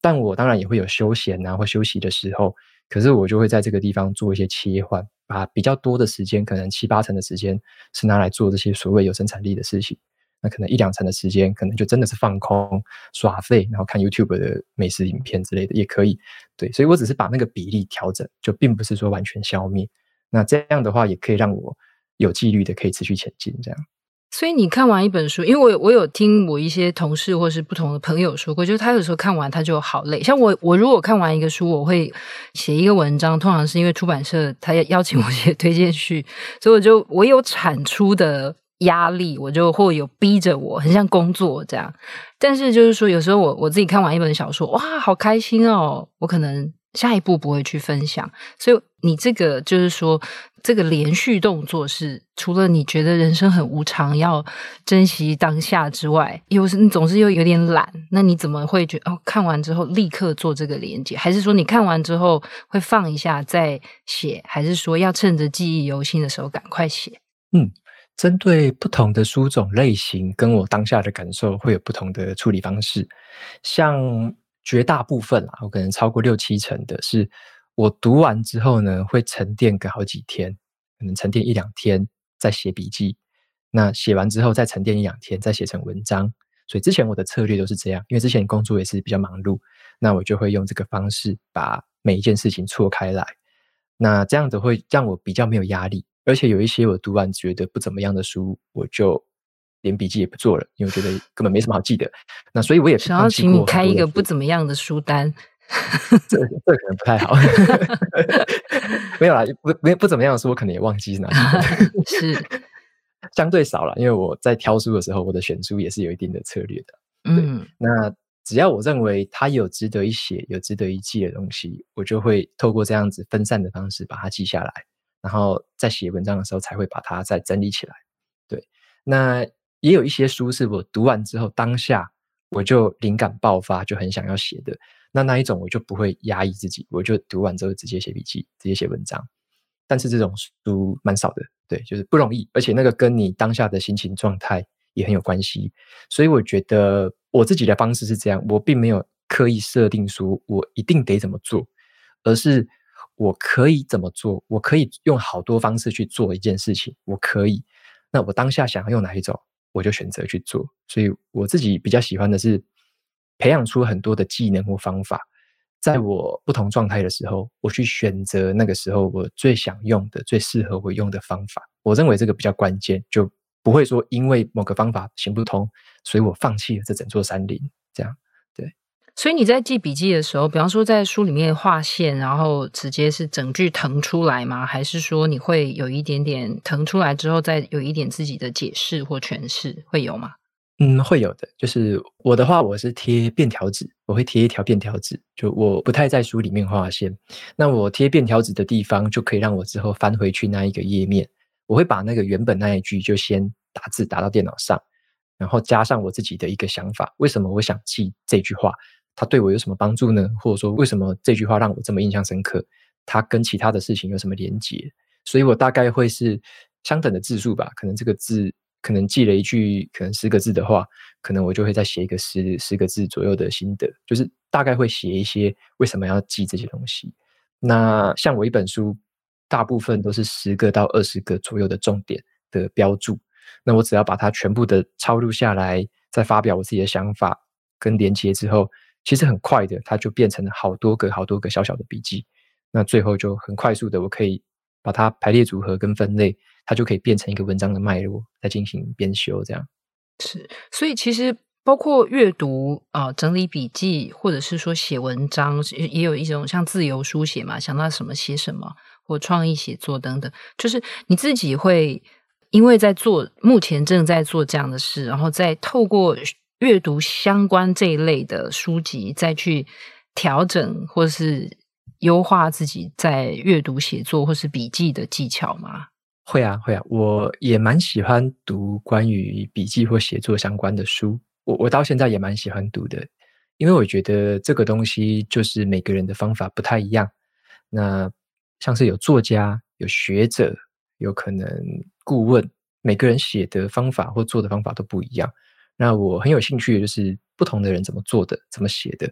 但我当然也会有休闲啊或休息的时候，可是我就会在这个地方做一些切换，把比较多的时间，可能7、8成的时间是拿来做这些所谓有生产力的事情，那可能1、2成的时间可能就真的是放空、耍废，然后看 YouTube 的美食影片之类的也可以。对，所以我只是把那个比例调整，就并不是说完全消灭。那这样的话也可以让我有纪律的可以持续前进这样。 所以你看完一本书，因为我有听我一些同事或是不同的朋友说过，就是他有时候看完他就好累。像我如果看完一个书，我会写一个文章，通常是因为出版社他邀请我写推荐序，所以我有产出的压力，我就会有逼着我，很像工作这样。但是就是说，有时候我自己看完一本小说，哇，好开心哦，我可能下一步不会去分享。所以你这个就是说，这个连续动作是除了你觉得人生很无常，要珍惜当下之外，你总是又有点懒，那你怎么会觉得看完之后立刻做这个连结？还是说你看完之后会放一下再写？还是说要趁着记忆犹新的时候赶快写？ 针对不同的书种类型，跟我当下的感受会有不同的处理方式。像绝大部分我可能超过6、7成的是，我读完之后呢，会沉淀个好几天，可能沉淀1、2天，再写笔记。那写完之后再沉淀1、2天，再写成文章。所以之前我的策略都是这样，因为之前工作也是比较忙碌，那我就会用这个方式把每一件事情错开来。那这样子会让我比较没有压力，而且有一些我读完觉得不怎么样的书，我就连笔记也不做了，因为我觉得根本没什么好记的。那所以我也想要请你开一个不怎么样的书单， 这可能不太好。没有啦，不怎么样的书，我可能也忘记是哪几本。 是相对少了，因为我在挑书的时候，我的选书也是有一定的策略的。对，那只要我认为它有值得一写、有值得一记的东西，我就会透过这样子分散的方式把它记下来，然后在写文章的时候才会把它再整理起来。对，那也有一些书是我读完之后当下我就灵感爆发，就很想要写的。那一种我就不会压抑自己，我就读完之后直接写笔记，直接写文章。但是这种书蛮少的，对，就是不容易，而且那个跟你当下的心情状态也很有关系。所以我觉得我自己的方式是这样，我并没有刻意设定说我一定得怎么做，而是我可以怎么做，我可以用好多方式去做一件事情，我可以。那我当下想要用哪一种，我就选择去做。所以我自己比较喜欢的是培养出很多的技能或方法，在我不同状态的时候，我去选择那个时候我最想用的、最适合我用的方法。我认为这个比较关键，就不会说因为某个方法行不通，所以我放弃了这整座山林。这样，对。 所以你在记笔记的时候，比方说在书里面画线，然后直接是整句誊出来吗？还是说你会有一点点誊出来之后，再有一点自己的解释或诠释，会有吗？ 会有的。就是我的话，我是贴便条纸，我会贴一条便条纸，就我不太在书里面画线。那我贴便条纸的地方，就可以让我之后翻回去那一个页面，我会把那个原本那一句就先打字打到电脑上，然后加上我自己的一个想法，为什么我想记这句话，它对我有什么帮助呢？或者说为什么这句话让我这么印象深刻，它跟其他的事情有什么连结？所以我大概会是相等的字数吧，可能这个字可能记了一句可能10个字的话，可能我就会再写一个10个字左右的心得，就是大概会写一些为什么要记这些东西。那像我一本书，大部分都是10个到20个左右的重点的标注，那我只要把它全部的抄录下来，再发表我自己的想法跟连结之后，其实很快的，它就变成了好多个小小的笔记。那最后就很快速的，我可以把它排列组合跟分类，它就可以变成一个文章的脉络，再进行编修这样。 是，所以其实包括阅读整理笔记，或者是说写文章，也有一种像自由书写嘛，想到什么写什么，或创意写作等等，就是你自己会因为目前正在做这样的事，然后再透过阅读相关这一类的书籍，再去调整或是优化自己在阅读写作或是笔记的技巧吗？ 会啊，会啊，我也蛮喜欢读关于笔记或写作相关的书，我到现在也蛮喜欢读的，因为我觉得这个东西就是每个人的方法不太一样。那像是有作家、有学者、有可能顾问，每个人写的方法或做的方法都不一样。那我很有兴趣的就是不同的人怎么做的，怎么写的，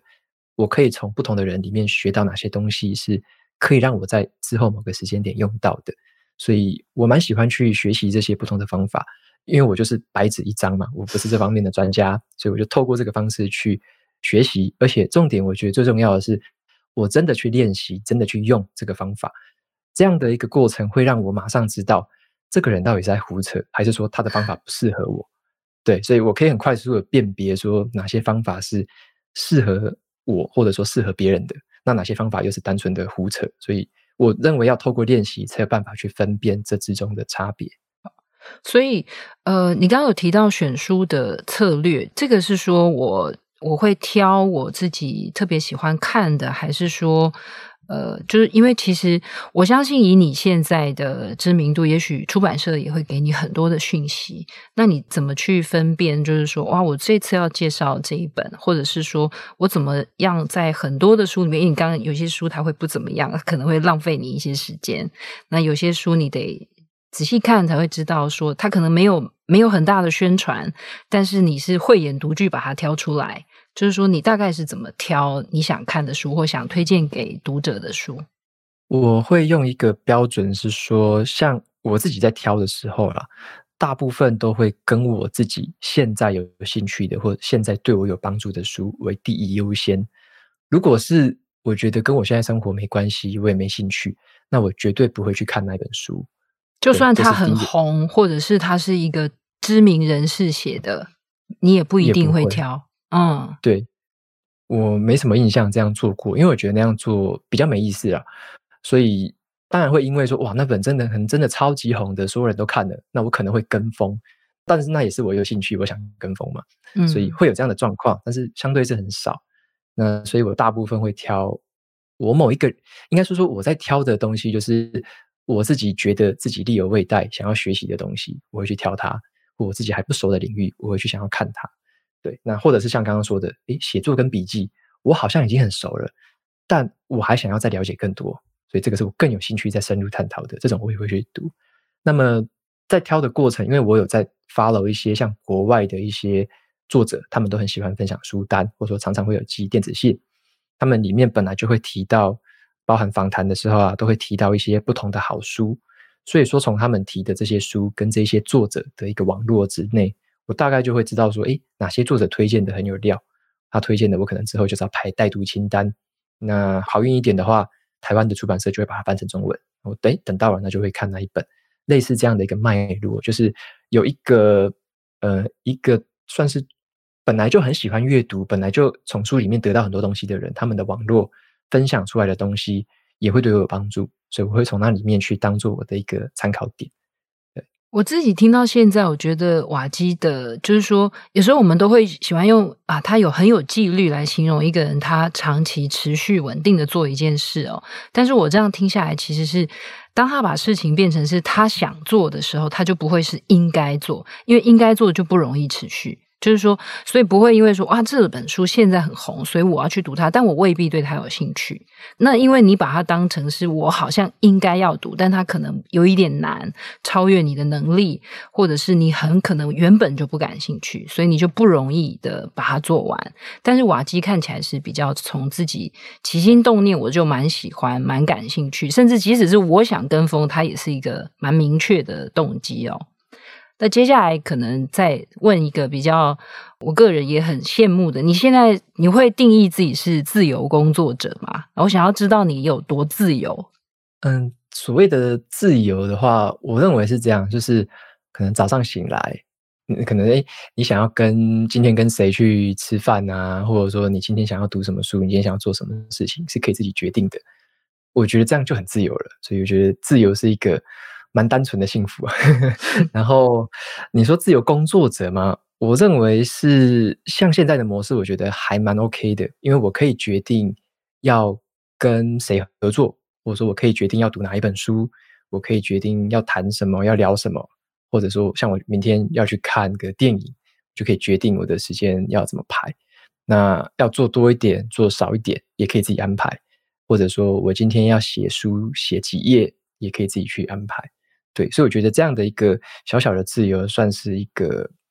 我可以从不同的人里面学到哪些东西是可以让我在之后某个时间点用到的。所以我蛮喜欢去学习这些不同的方法，因为我就是白纸一张嘛，我不是这方面的专家，所以我就透过这个方式去学习。而且重点我觉得最重要的是，我真的去练习，真的去用这个方法。这样的一个过程会让我马上知道这个人到底是在胡扯，还是说他的方法不适合我。对，所以我可以很快速的辨别说哪些方法是适合我，或者说适合别人的，那哪些方法又是单纯的胡扯。所以我认为要透过练习才有办法去分辨这之中的差别。 所以，你刚刚有提到选书的策略，这个是说我会挑我自己特别喜欢看的，还是说，就是因为其实我相信以你现在的知名度，也许出版社也会给你很多的讯息，那你怎么去分辨？就是说，哇，我这次要介绍这一本，或者是说我怎么样在很多的书里面，因为你刚刚有些书它会不怎么样，可能会浪费你一些时间，那有些书你得仔细看才会知道说它可能没有很大的宣传，但是你是慧眼独具把它挑出来，就是说你大概是怎么挑你想看的书或想推荐给读者的书？ 我会用一个标准是说，像我自己在挑的时候啦，大部分都会跟我自己现在有兴趣的，或者现在对我有帮助的书为第一优先。如果是我觉得跟我现在生活没关系，我也没兴趣，那我绝对不会去看那本书。对， 就算它这是第一个， 很红，或者是它是一个知名人士写的，你也不一定也不会。 会挑。嗯。 对，我没什么印象这样做过，因为我觉得那样做比较没意思啊。所以当然会因为说，哇，那本真的超级红的，所有人都看了，那我可能会跟风，但是那也是我有兴趣，我想跟风嘛，所以嗯。 会有这样的状况，但是相对是很少。那所以我大部分会挑我某一个，应该说我在挑的东西，就是我自己觉得自己力有未逮，想要学习的东西，我会去挑它；或我自己还不熟的领域，我会去想要看它。对，那或者是像刚刚说的，诶，写作跟笔记，我好像已经很熟了，但我还想要再了解更多，所以这个是我更有兴趣再深入探讨的，这种我也会去读。那么在挑的过程，因为我有在 follow 一些像国外的一些作者，他们都很喜欢分享书单，或者说常常会有寄电子信，他们里面本来就会提到，包含访谈的时候啊，都会提到一些不同的好书。所以说从他们提的这些书跟这些作者的一个网络之内，我大概就会知道说，诶，哪些作者推荐的很有料，他推荐的我可能之后就是要排待读清单。那好运一点的话，台湾的出版社就会把它翻成中文，我等到了那就会看那一本。类似这样的一个脉络，就是有一个算是本来就很喜欢阅读，本来就从书里面得到很多东西的人，他们的网络分享出来的东西也会对我有帮助，所以我会从那里面去当做我的一个参考点。对， 我自己听到现在，我觉得瓦基的，就是说，有时候我们都会喜欢用他很有纪律来形容一个人，他长期持续稳定的做一件事哦。但是我这样听下来，其实是当他把事情变成是他想做的时候，他就不会是应该做，因为应该做就不容易持续。就是说，所以不会因为说这本书现在很红，所以我要去读它，但我未必对它有兴趣。那因为你把它当成是我好像应该要读，但它可能有一点难，超越你的能力，或者是你很可能原本就不感兴趣，所以你就不容易的把它做完。但是瓦基看起来是比较从自己起心动念，我就蛮喜欢、蛮感兴趣，甚至即使是我想跟风，它也是一个蛮明确的动机哦。那接下来可能再问一个比较我个人也很羡慕的，你会定义自己是自由工作者吗？我想要知道你有多自由。 所谓的自由的话，我认为是这样，就是可能早上醒来，可能你想要今天跟谁去吃饭啊，或者说你今天想要读什么书，你今天想要做什么事情，是可以自己决定的。我觉得这样就很自由了，所以我觉得自由是一个蛮单纯的幸福啊。然后你说自由工作者吗？我认为是像现在的模式，我觉得还蛮 OK 的，因为我可以决定要跟谁合作，或者说我可以决定要读哪一本书，我可以决定要谈什么，要聊什么，或者说像我明天要去看个电影，就可以决定我的时间要怎么排。那要做多一点，做少一点，也可以自己安排。或者说我今天要写书，写几页，也可以自己去安排。对，所以我觉得这样的一个小小的自由，算是一个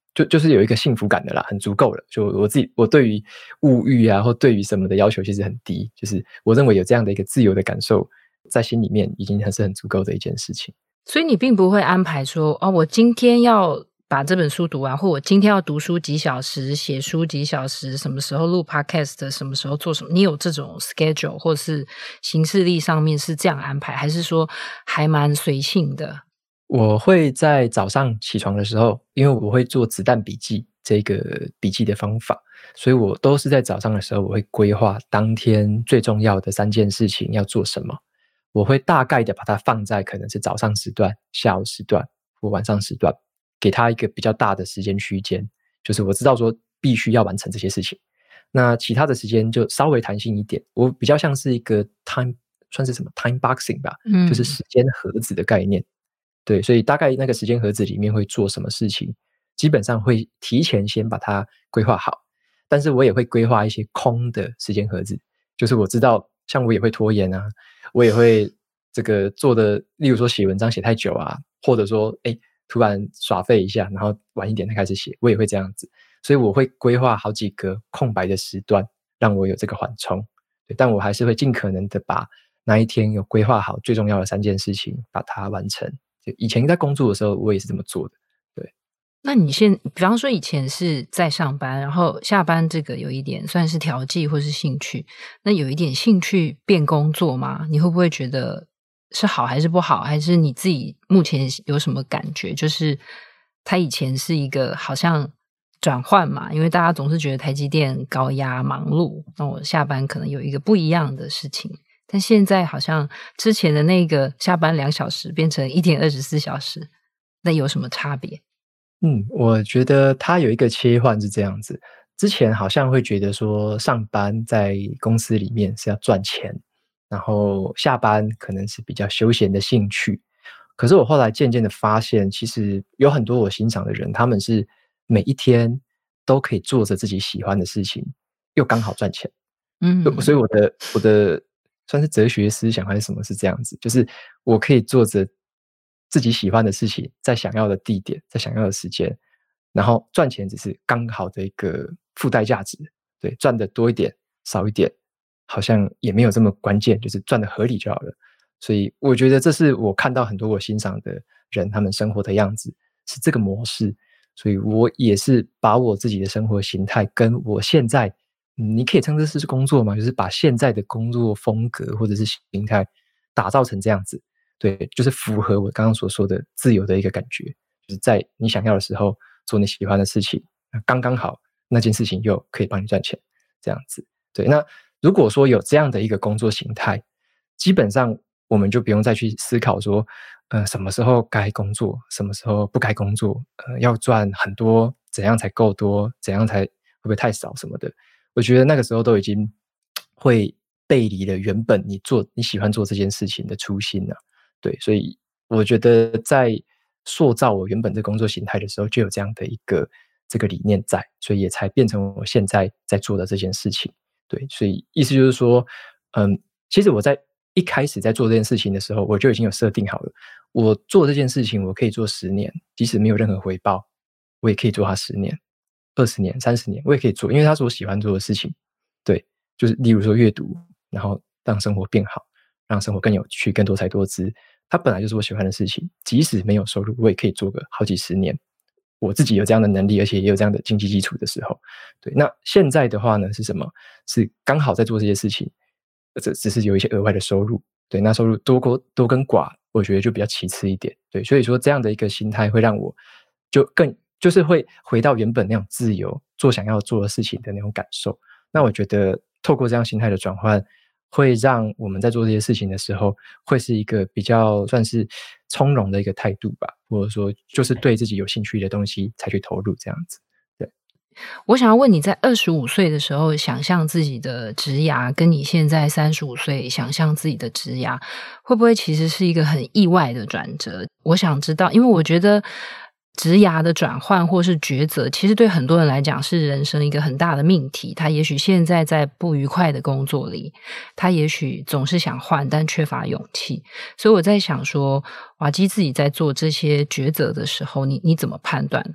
就是有一个幸福感的啦，很足够了。就我对于物欲啊或对于什么的要求其实很低，就是我认为有这样的一个自由的感受在心里面已经是很足够的一件事情。 所以你并不会安排说我今天要把这本书读完，或我今天要读书几小时，写书几小时，什么时候录 podcast， 什么时候做什么，你有这种 schedule 或是行事历上面是这样安排，还是说还蛮随性的？ 我会在早上起床的时候，因为我会做子弹笔记这个笔记的方法，所以我都是在早上的时候，我会规划当天最重要的3件事情要做什么。我会大概的把它放在可能是早上时段、下午时段或晚上时段，给它一个比较大的时间区间，就是我知道说必须要完成这些事情。那其他的时间就稍微弹性一点，我比较像是一个算是什么 time boxing 吧，就是时间盒子的概念。对，所以大概那个时间盒子里面会做什么事情，基本上会提前先把它规划好。但是我也会规划一些空的时间盒子，就是我知道，像我也会拖延啊，我也会这个做的，例如说写文章写太久啊，或者说突然耍废一下，然后晚一点才开始写，我也会这样子。所以我会规划好几个空白的时段，让我有这个缓冲。对，但我还是会尽可能的把那一天有规划好最重要的3件事情把它完成。以前在工作的时候，我也是这么做的。对， 那你比方说以前是在上班，然后下班这个有一点算是调剂或是兴趣，那有一点兴趣变工作吗？你会不会觉得是好还是不好？还是你自己目前有什么感觉？就是它以前是一个好像转换嘛，因为大家总是觉得台积电高压忙碌，那我下班可能有一个不一样的事情。但现在好像之前的那个下班2小时变成1天24小时，那有什么差别？ 我觉得它有一个切换是这样子。之前好像会觉得说上班在公司里面是要赚钱，然后下班可能是比较休闲的兴趣。可是我后来渐渐的发现，其实有很多我欣赏的人，他们是每一天都可以做着自己喜欢的事情，又刚好赚钱。所以我的算是哲学思想还是什么是这样子，就是我可以做着自己喜欢的事情，在想要的地点，在想要的时间，然后赚钱只是刚好的一个附带价值。对，赚的多一点少一点，好像也没有这么关键，就是赚的合理就好了。所以我觉得这是我看到很多我欣赏的人，他们生活的样子是这个模式。所以我也是把我自己的生活形态跟我现在你可以称这是工作吗？就是把现在的工作风格或者是形态打造成这样子。对，就是符合我刚刚所说的自由的一个感觉，就是在你想要的时候做你喜欢的事情，刚刚好那件事情又可以帮你赚钱，这样子。对，那如果说有这样的一个工作形态，基本上我们就不用再去思考说，什么时候该工作，什么时候不该工作，要赚很多，怎样才够多，怎样才会不会太少什么的。我觉得那个时候都已经会背离了原本你喜欢做这件事情的初心了。对，所以我觉得在塑造我原本的工作形态的时候，就有这样的一个这个理念在，所以也才变成我现在在做的这件事情。对，所以意思就是说，其实我在一开始在做这件事情的时候，我就已经有设定好了，我做这件事情我可以做10年，即使没有任何回报，我也可以做它10年、20年、30年，我也可以做，因为它是我喜欢做的事情。对，就是例如说阅读，然后让生活变好，让生活更有趣、更多彩多姿。它本来就是我喜欢的事情，即使没有收入，我也可以做个好几十年。我自己有这样的能力，而且也有这样的经济基础的时候，对。那现在的话呢，是什么？是刚好在做这些事情，只是有一些额外的收入。对，那收入多跟寡，我觉得就比较其次一点。对，所以说这样的一个心态会让我就是会回到原本那种自由做想要做的事情的那种感受。那我觉得透过这样心态的转换，会让我们在做这些事情的时候，会是一个比较算是从容的一个态度吧，或者说就是对自己有兴趣的东西才去投入这样子。对， 我想要问你在25岁的时候想象自己的职涯，跟你现在35岁想象自己的职涯，会不会其实是一个很意外的转折？我想知道，因为我觉得职涯的转换或是抉择，其实对很多人来讲是人生一个很大的命题。他也许现在在不愉快的工作里，他也许总是想换，但缺乏勇气。所以我在想说，瓦基自己在做这些抉择的时候，你怎么判断？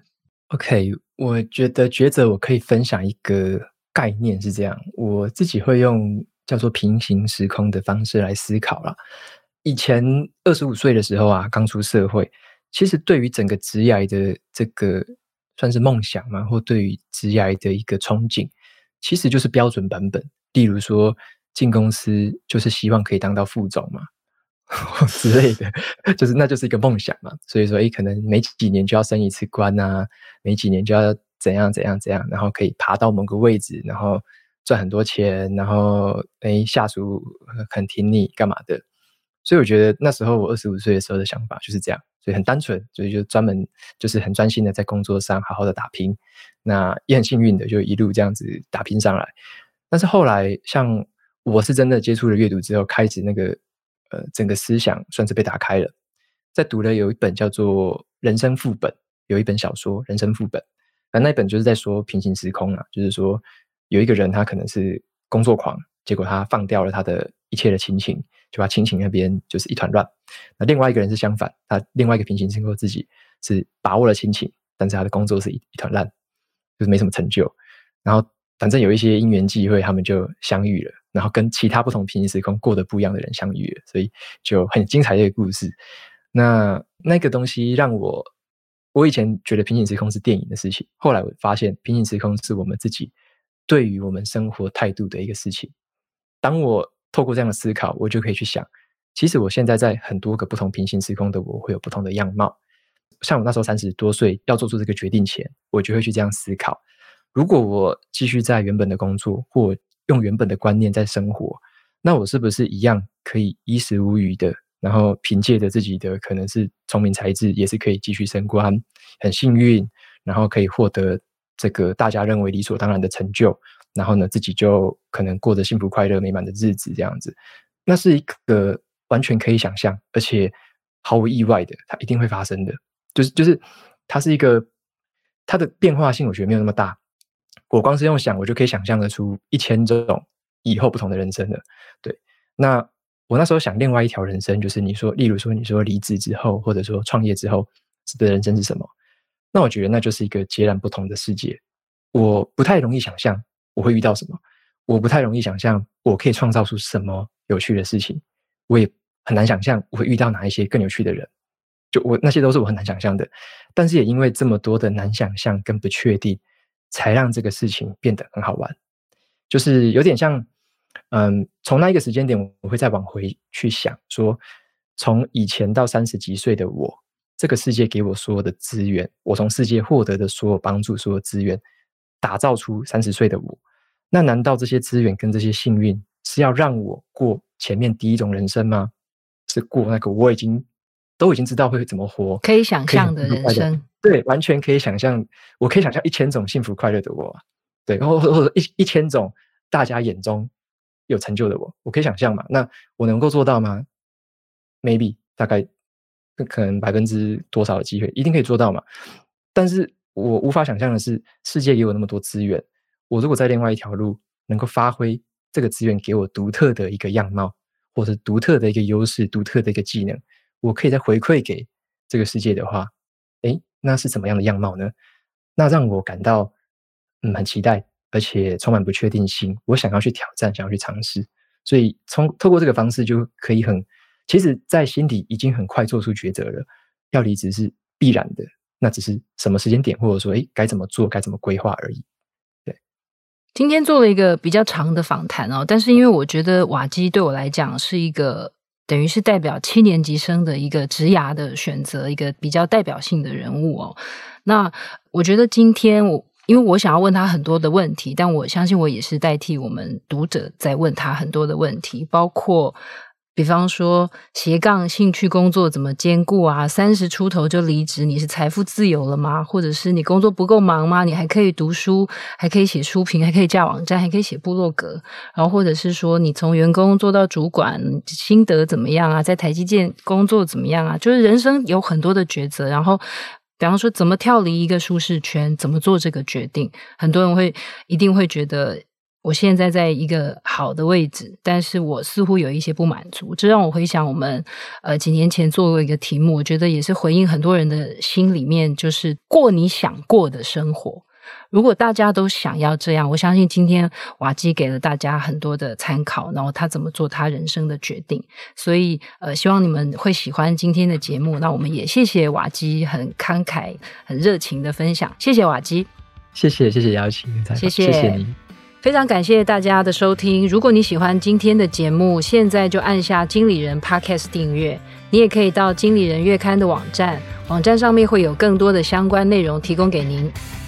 OK，我觉得抉择我可以分享一个概念是这样，我自己会用叫做平行时空的方式来思考啦。以前25岁的时候啊，刚出社会，其实对于整个职涯的这个算是梦想嘛，或对于职涯的一个憧憬，其实就是标准版本。例如说进公司就是希望可以当到副总嘛，之类的，那就是一个梦想嘛。所以说，可能每几年就要升一次官啊，每几年就要怎样怎样怎样，然后可以爬到某个位置，然后赚很多钱，然后下属很挺你干嘛的。所以我觉得那时候我25岁的时候的想法就是这样，所以很单纯，所以就专门就是很专心的在工作上好好的打拼。那也很幸运的就一路这样子打拼上来。但是后来像我是真的接触了阅读之后，开始那个整个思想算是被打开了。在读了有一本叫做《人生副本》，有一本小说《人生副本》，那一本就是在说平行时空啊，就是说有一个人他可能是工作狂，结果他放掉了他的一切的亲情，就把亲情那边就是一团乱。那另外一个人是相反，他另外一个平行时空自己是把握了亲情，但是他的工作是一团烂，就是没什么成就。然后反正有一些因缘际会，他们就相遇了，然后跟其他不同平行时空过得不一样的人相遇了，所以就很精彩的一个故事。那个东西让我以前觉得平行时空是电影的事情，后来我发现平行时空是我们自己对于我们生活态度的一个事情。当我透过这样的思考，我就可以去想，其实我现在在很多个不同平行时空的我会有不同的样貌。像我那时候30多岁要做出这个决定前，我就会去这样思考，如果我继续在原本的工作，或用原本的观念在生活，那我是不是一样可以衣食无虞的，然后凭借着自己的可能是聪明才智，也是可以继续升官，很幸运，然后可以获得这个大家认为理所当然的成就，然后呢，自己就可能过着幸福快乐美满的日子这样子。那是一个完全可以想象，而且毫无意外的，它一定会发生的。就是它是一个它的变化性我觉得没有那么大。我光是用想，我就可以想象得出1000种以后不同的人生了。对，那我那时候想另外一条人生，就是例如说你说离职之后，或者说创业之后的人生是什么？那我觉得那就是一个截然不同的世界。我不太容易想象我会遇到什么，我不太容易想象我可以创造出什么有趣的事情，我也很难想象我会遇到哪一些更有趣的人。那些都是我很难想象的，但是也因为这么多的难想象跟不确定，才让这个事情变得很好玩。就是有点像，从那一个时间点，我会再往回去想说，从以前到30几岁的我，这个世界给我所有的资源，我从世界获得的所有帮助、所有资源，打造出30岁的我。那难道这些资源跟这些幸运是要让我过前面第一种人生吗？是过那个我都已经知道会怎么活， 可以想象的人生。 对，完全可以想象，我可以想象1000种幸福快乐的我，对，或者1000种大家眼中有成就的我，我可以想象嘛？那我能够做到吗？Maybe 大概可能多少的机会，一定可以做到嘛？但是我无法想象的是，世界给我那么多资源，我如果在另外一条路能够发挥这个资源给我独特的一个样貌，或者独特的一个优势、独特的一个技能，我可以再回馈给这个世界的话，那是怎么样的样貌呢？那让我感到很期待，而且充满不确定性。我想要去挑战，想要去尝试，所以透过这个方式就可以其实在心底已经很快做出抉择了。要离职是必然的，那只是什么时间点，或者说该怎么做、该怎么规划而已。对， 今天做了一个比较长的访谈哦，但是因为我觉得瓦基对我来讲是一个等于是代表7年级生的一个职涯的选择，一个比较代表性的人物哦。那我觉得今天因为我想要问他很多的问题，但我相信我也是代替我们读者在问他很多的问题，包括比方说斜杠兴趣工作怎么兼顾啊？30出头就离职，你是财富自由了吗？或者是你工作不够忙吗？你还可以读书，还可以写书评，还可以架网站，还可以写部落格，然后或者是说你从员工做到主管，心得怎么样啊？在台积电工作怎么样啊？就是人生有很多的抉择，然后比方说怎么跳离一个舒适圈，怎么做这个决定，很多人一定会觉得我现在在一个好的位置，但是我似乎有一些不满足。这让我回想我们几年前做过一个题目，我觉得也是回应很多人的心里面，就是过你想过的生活。如果大家都想要这样，我相信今天瓦基给了大家很多的参考，然后他怎么做他人生的决定。所以希望你们会喜欢今天的节目。那我们也谢谢瓦基很慷慨很热情的分享，谢谢瓦基。 谢谢邀请，谢谢你。 非常感谢大家的收听。如果你喜欢今天的节目，现在就按下经理人 Podcast 订阅。你也可以到经理人月刊的网站上面会有更多的相关内容提供给您。